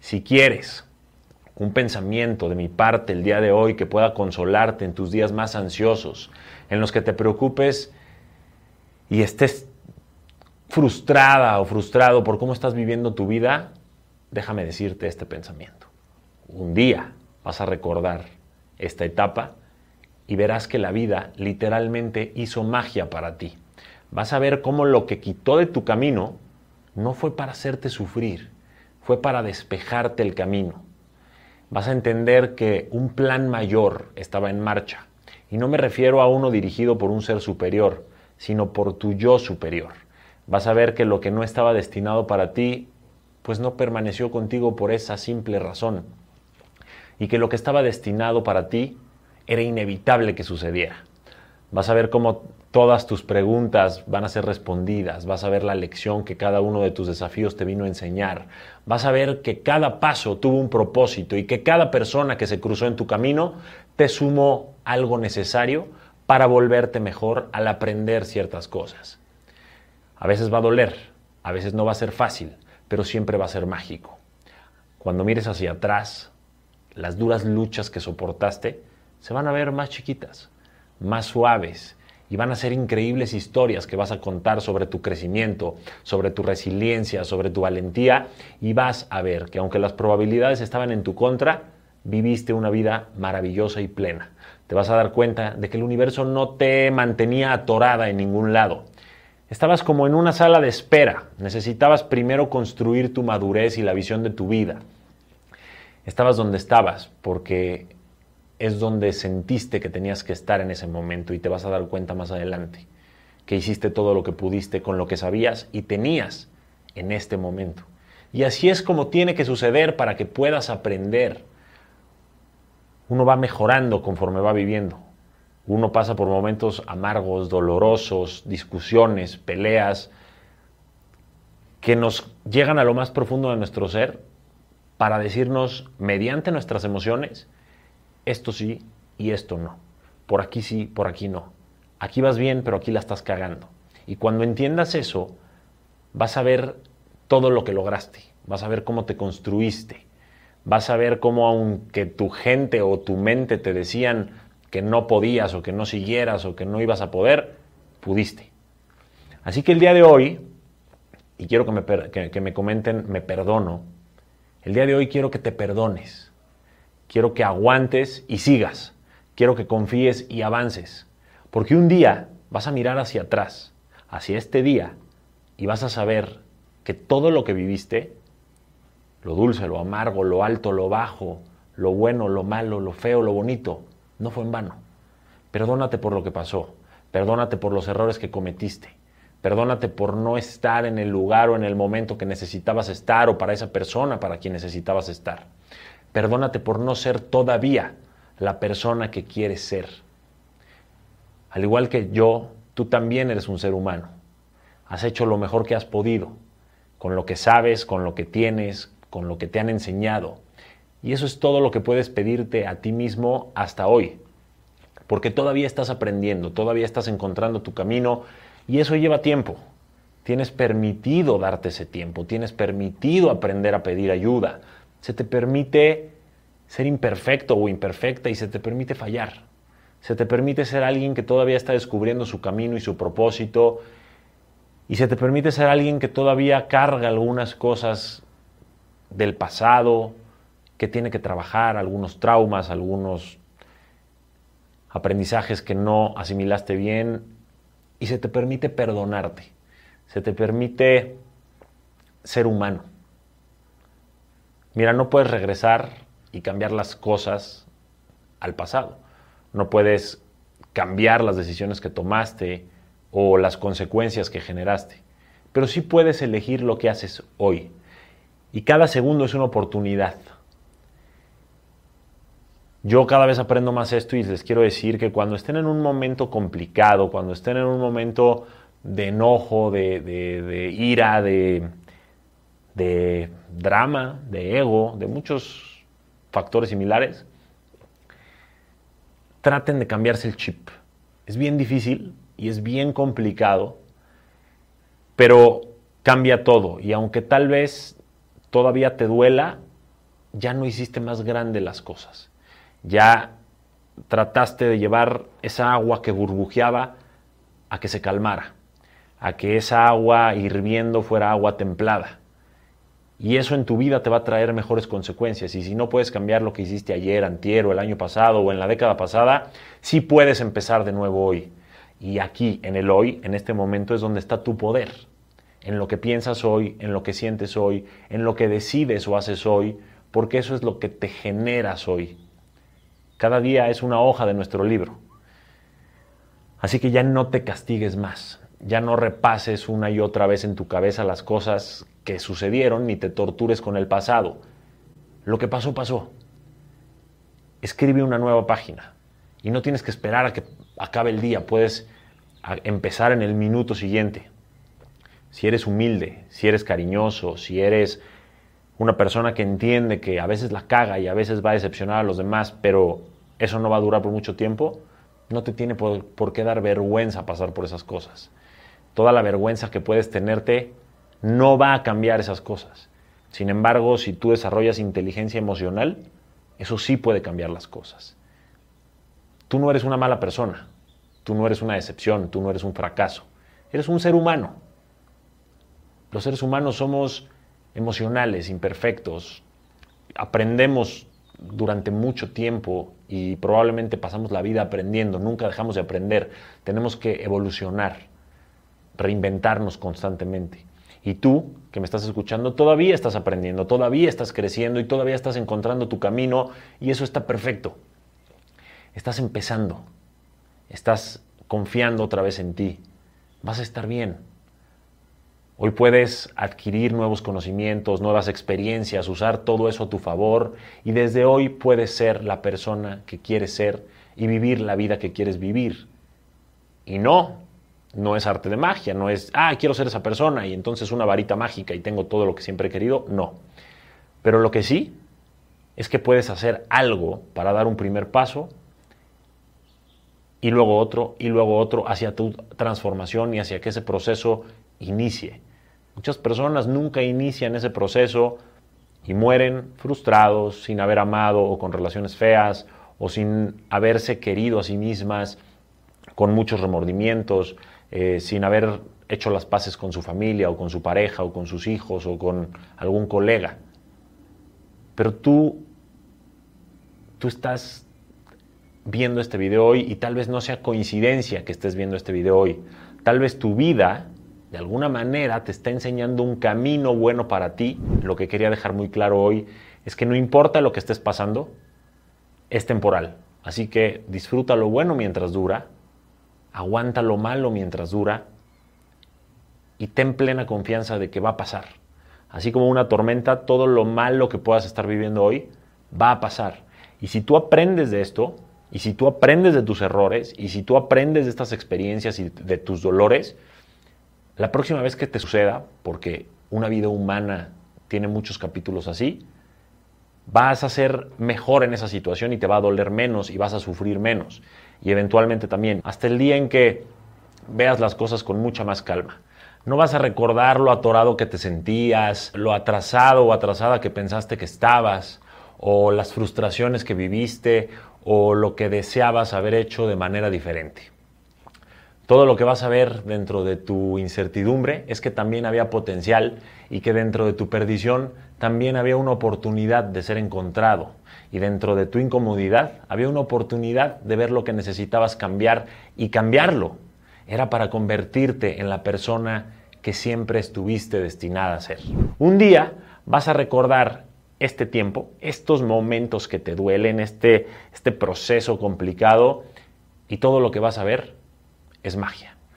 Si quieres un pensamiento de mi parte el día de hoy que pueda consolarte en tus días más ansiosos, en los que te preocupes y estés frustrada o frustrado por cómo estás viviendo tu vida, déjame decirte este pensamiento. Un día vas a recordar esta etapa y verás que la vida literalmente hizo magia para ti. Vas a ver cómo lo que quitó de tu camino no fue para hacerte sufrir, fue para despejarte el camino. Vas a entender que un plan mayor estaba en marcha. Y no me refiero a uno dirigido por un ser superior, sino por tu yo superior. Vas a ver que lo que no estaba destinado para ti, pues no permaneció contigo por esa simple razón. Y que lo que estaba destinado para ti era inevitable que sucediera. Vas a ver cómo todas tus preguntas van a ser respondidas. Vas a ver la lección que cada uno de tus desafíos te vino a enseñar. Vas a ver que cada paso tuvo un propósito y que cada persona que se cruzó en tu camino te sumó algo necesario para volverte mejor al aprender ciertas cosas. A veces va a doler, a veces no va a ser fácil, pero siempre va a ser mágico. Cuando mires hacia atrás, las duras luchas que soportaste se van a ver más chiquitas, más suaves, y van a ser increíbles historias que vas a contar sobre tu crecimiento, sobre tu resiliencia, sobre tu valentía, y vas a ver que aunque las probabilidades estaban en tu contra, viviste una vida maravillosa y plena. Te vas a dar cuenta de que el universo no te mantenía atorada en ningún lado. Estabas como en una sala de espera. Necesitabas primero construir tu madurez y la visión de tu vida. Estabas donde estabas porque es donde sentiste que tenías que estar en ese momento, y te vas a dar cuenta más adelante que hiciste todo lo que pudiste con lo que sabías y tenías en este momento. Y así es como tiene que suceder para que puedas aprender. Uno va mejorando conforme va viviendo. Uno pasa por momentos amargos, dolorosos, discusiones, peleas, que nos llegan a lo más profundo de nuestro ser para decirnos, mediante nuestras emociones, esto sí y esto no. Por aquí sí, por aquí no. Aquí vas bien, pero aquí la estás cagando. Y cuando entiendas eso, vas a ver todo lo que lograste. Vas a ver cómo te construiste. Vas a ver cómo, aunque tu gente o tu mente te decían que no podías o que no siguieras o que no ibas a poder, pudiste. Así que el día de hoy, y quiero que me comenten, me perdono, el día de hoy quiero que te perdones. Quiero que aguantes y sigas. Quiero que confíes y avances. Porque un día vas a mirar hacia atrás, hacia este día, y vas a saber que todo lo que viviste, lo dulce, lo amargo, lo alto, lo bajo, lo bueno, lo malo, lo feo, lo bonito, no fue en vano. Perdónate por lo que pasó. Perdónate por los errores que cometiste. Perdónate por no estar en el lugar o en el momento que necesitabas estar, o para esa persona para quien necesitabas estar. Perdónate por no ser todavía la persona que quieres ser. Al igual que yo, tú también eres un ser humano. Has hecho lo mejor que has podido, con lo que sabes, con lo que tienes, con lo que te han enseñado. Y eso es todo lo que puedes pedirte a ti mismo hasta hoy. Porque todavía estás aprendiendo, todavía estás encontrando tu camino, y eso lleva tiempo. Tienes permitido darte ese tiempo, tienes permitido aprender a pedir ayuda. Se te permite ser imperfecto o imperfecta, y se te permite fallar. Se te permite ser alguien que todavía está descubriendo su camino y su propósito, y se te permite ser alguien que todavía carga algunas cosas del pasado, que tiene que trabajar, algunos traumas, algunos aprendizajes que no asimilaste bien, y se te permite perdonarte. Se te permite ser humano. Mira, no puedes regresar y cambiar las cosas al pasado. No puedes cambiar las decisiones que tomaste o las consecuencias que generaste. Pero sí puedes elegir lo que haces hoy. Y cada segundo es una oportunidad. Yo cada vez aprendo más esto, y les quiero decir que cuando estén en un momento complicado, cuando estén en un momento de enojo, de ira, de drama, de ego, de muchos factores similares, traten de cambiarse el chip. Es bien difícil y es bien complicado, pero cambia todo. Y aunque tal vez todavía te duela, ya no hiciste más grande las cosas. Ya trataste de llevar esa agua que burbujeaba a que se calmara, a que esa agua hirviendo fuera agua templada. Y eso en tu vida te va a traer mejores consecuencias. Y si no puedes cambiar lo que hiciste ayer, antier, o el año pasado, o en la década pasada, sí puedes empezar de nuevo hoy. Y aquí, en el hoy, en este momento, es donde está tu poder. En lo que piensas hoy, en lo que sientes hoy, en lo que decides o haces hoy, porque eso es lo que te generas hoy. Cada día es una hoja de nuestro libro. Así que ya no te castigues más. Ya no repases una y otra vez en tu cabeza las cosas que sucedieron ni te tortures con el pasado. Lo que pasó, pasó. Escribe una nueva página y no tienes que esperar a que acabe el día. Puedes empezar en el minuto siguiente. Si eres humilde, si eres cariñoso, si eres una persona que entiende que a veces la caga y a veces va a decepcionar a los demás, pero eso no va a durar por mucho tiempo, no te tiene por qué dar vergüenza pasar por esas cosas. Toda la vergüenza que puedes tenerte no va a cambiar esas cosas. Sin embargo, si tú desarrollas inteligencia emocional, eso sí puede cambiar las cosas. Tú no eres una mala persona, tú no eres una decepción, tú no eres un fracaso. Eres un ser humano. Los seres humanos somos emocionales, imperfectos. Aprendemos durante mucho tiempo y probablemente pasamos la vida aprendiendo. Nunca dejamos de aprender. Tenemos que evolucionar, reinventarnos constantemente. Y tú, que me estás escuchando, todavía estás aprendiendo, todavía estás creciendo y todavía estás encontrando tu camino y eso está perfecto. Estás empezando, estás confiando otra vez en ti. Vas a estar bien. Hoy puedes adquirir nuevos conocimientos, nuevas experiencias, usar todo eso a tu favor y desde hoy puedes ser la persona que quieres ser y vivir la vida que quieres vivir. Y no es arte de magia, no es, quiero ser esa persona y entonces una varita mágica y tengo todo lo que siempre he querido, no. Pero lo que sí es que puedes hacer algo para dar un primer paso y luego otro hacia tu transformación y hacia que ese proceso inicie. Muchas personas nunca inician ese proceso y mueren frustrados, sin haber amado o con relaciones feas o sin haberse querido a sí mismas, con muchos remordimientos, sin haber hecho las paces con su familia o con su pareja o con sus hijos o con algún colega. Pero tú estás viendo este video hoy y tal vez no sea coincidencia que estés viendo este video hoy. Tal vez tu vida, de alguna manera, te está enseñando un camino bueno para ti. Lo que quería dejar muy claro hoy es que no importa lo que estés pasando, es temporal. Así que disfruta lo bueno mientras dura, aguanta lo malo mientras dura y ten plena confianza de que va a pasar. Así como una tormenta, todo lo malo que puedas estar viviendo hoy va a pasar. Y si tú aprendes de esto, y si tú aprendes de tus errores, y si tú aprendes de estas experiencias y de tus dolores, la próxima vez que te suceda, porque una vida humana tiene muchos capítulos así, vas a ser mejor en esa situación y te va a doler menos y vas a sufrir menos. Y eventualmente también, hasta el día en que veas las cosas con mucha más calma. No vas a recordar lo atorado que te sentías, lo atrasado o atrasada que pensaste que estabas, o las frustraciones que viviste, o lo que deseabas haber hecho de manera diferente. Todo lo que vas a ver dentro de tu incertidumbre es que también había potencial y que dentro de tu perdición también había una oportunidad de ser encontrado. Y dentro de tu incomodidad había una oportunidad de ver lo que necesitabas cambiar y cambiarlo. Era para convertirte en la persona que siempre estuviste destinada a ser. Un día vas a recordar este tiempo, estos momentos que te duelen, este proceso complicado y todo lo que vas a ver es magia.